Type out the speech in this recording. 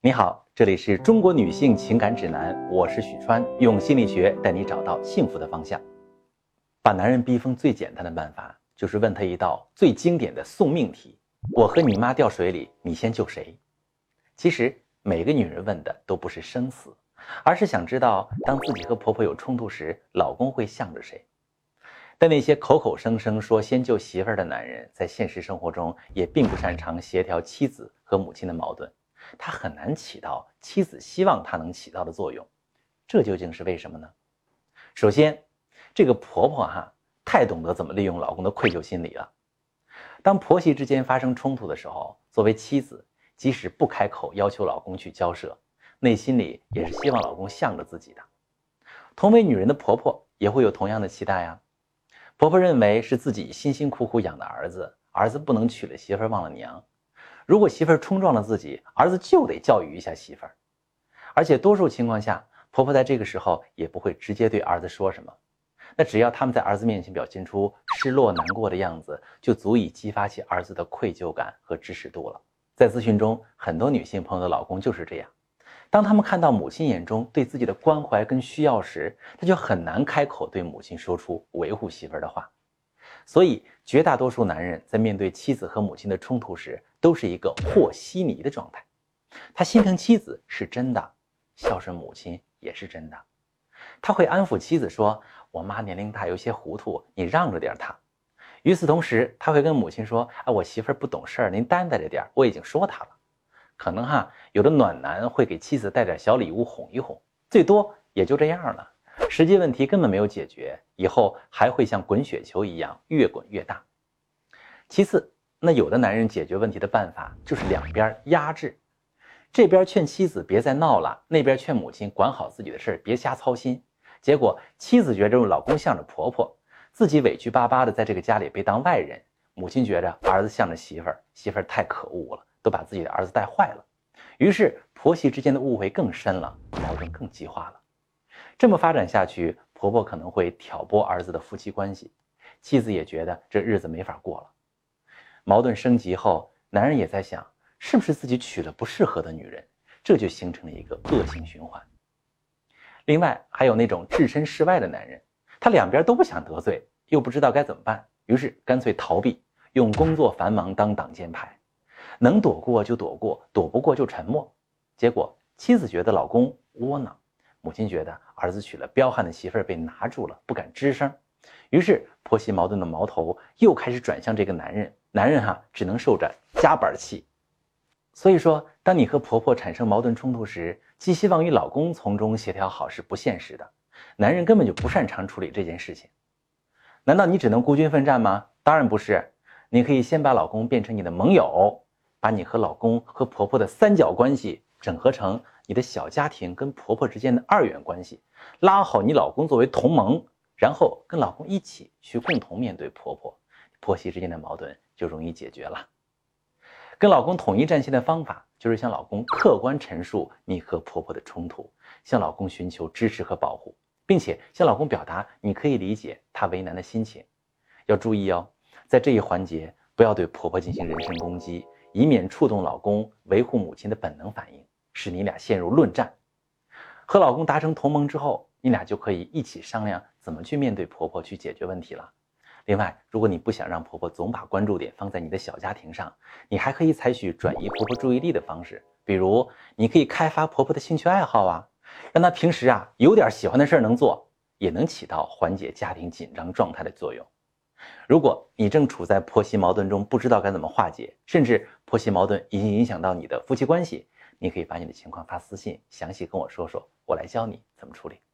你好，这里是中国女性情感指南，我是许川，用心理学带你找到幸福的方向。把男人逼疯最简单的办法，就是问他一道最经典的送命题：我和你妈掉水里，你先救谁？其实每个女人问的都不是生死，而是想知道当自己和婆婆有冲突时，老公会向着谁。但那些口口声声说先救媳妇儿的男人，在现实生活中也并不擅长协调妻子和母亲的矛盾，他很难起到妻子希望他能起到的作用。这究竟是为什么呢？首先，这个婆婆太懂得怎么利用老公的愧疚心理了。当婆媳之间发生冲突的时候，作为妻子，即使不开口要求老公去交涉，内心里也是希望老公向着自己的。同为女人的婆婆也会有同样的期待啊。婆婆认为是自己辛辛苦苦养的儿子，儿子不能娶了媳妇儿忘了娘。如果媳妇儿冲撞了自己，儿子就得教育一下媳妇儿。而且多数情况下，婆婆在这个时候也不会直接对儿子说什么。那只要他们在儿子面前表现出失落难过的样子，就足以激发起儿子的愧疚感和支持度了。在咨询中，很多女性朋友的老公就是这样。当他们看到母亲眼中对自己的关怀跟需要时，他就很难开口对母亲说出维护媳妇儿的话。所以绝大多数男人在面对妻子和母亲的冲突时，都是一个和稀泥的状态。他心疼妻子是真的，孝顺母亲也是真的。他会安抚妻子说，我妈年龄大有些糊涂，你让着点她。与此同时，他会跟母亲说，我媳妇儿不懂事儿，您担待着点，我已经说她了。可能有的暖男会给妻子带点小礼物哄一哄，最多也就这样了，实际问题根本没有解决，以后还会像滚雪球一样越滚越大。其次，那有的男人解决问题的办法就是两边压制，这边劝妻子别再闹了，那边劝母亲管好自己的事，别瞎操心。结果妻子觉着老公向着婆婆，自己委屈巴巴的在这个家里被当外人，母亲觉着儿子向着媳妇儿，媳妇儿太可恶了，都把自己的儿子带坏了。于是婆媳之间的误会更深了，矛盾更激化了。这么发展下去，婆婆可能会挑拨儿子的夫妻关系，妻子也觉得这日子没法过了。矛盾升级后，男人也在想，是不是自己娶了不适合的女人，这就形成了一个恶性循环。另外还有那种置身事外的男人，他两边都不想得罪，又不知道该怎么办，于是干脆逃避，用工作繁忙当挡箭牌，能躲过就躲过，躲不过就沉默。结果妻子觉得老公窝囊，母亲觉得儿子娶了彪悍的媳妇儿被拿住了，不敢吱声。于是婆媳矛盾的矛头又开始转向这个男人，男人只能受着夹板气。所以说，当你和婆婆产生矛盾冲突时，寄希望于老公从中协调好是不现实的，男人根本就不擅长处理这件事情。难道你只能孤军奋战吗？当然不是，你可以先把老公变成你的盟友，把你和老公和婆婆的三角关系整合成你的小家庭跟婆婆之间的二元关系，拉好你老公作为同盟，然后跟老公一起去共同面对婆婆，婆媳之间的矛盾就容易解决了。跟老公统一战线的方法就是向老公客观陈述你和婆婆的冲突，向老公寻求支持和保护，并且向老公表达你可以理解他为难的心情。要注意哦，在这一环节不要对婆婆进行人身攻击，以免触动老公维护母亲的本能反应，使你俩陷入论战。和老公达成同盟之后，你俩就可以一起商量怎么去面对婆婆，去解决问题了。另外，如果你不想让婆婆总把关注点放在你的小家庭上，你还可以采取转移婆婆注意力的方式，比如你可以开发婆婆的兴趣爱好让她平时有点喜欢的事能做，也能起到缓解家庭紧张状态的作用。如果你正处在婆媳矛盾中，不知道该怎么化解，甚至婆媳矛盾已经影响到你的夫妻关系，你可以把你的情况发私信，详细跟我说说，我来教你怎么处理。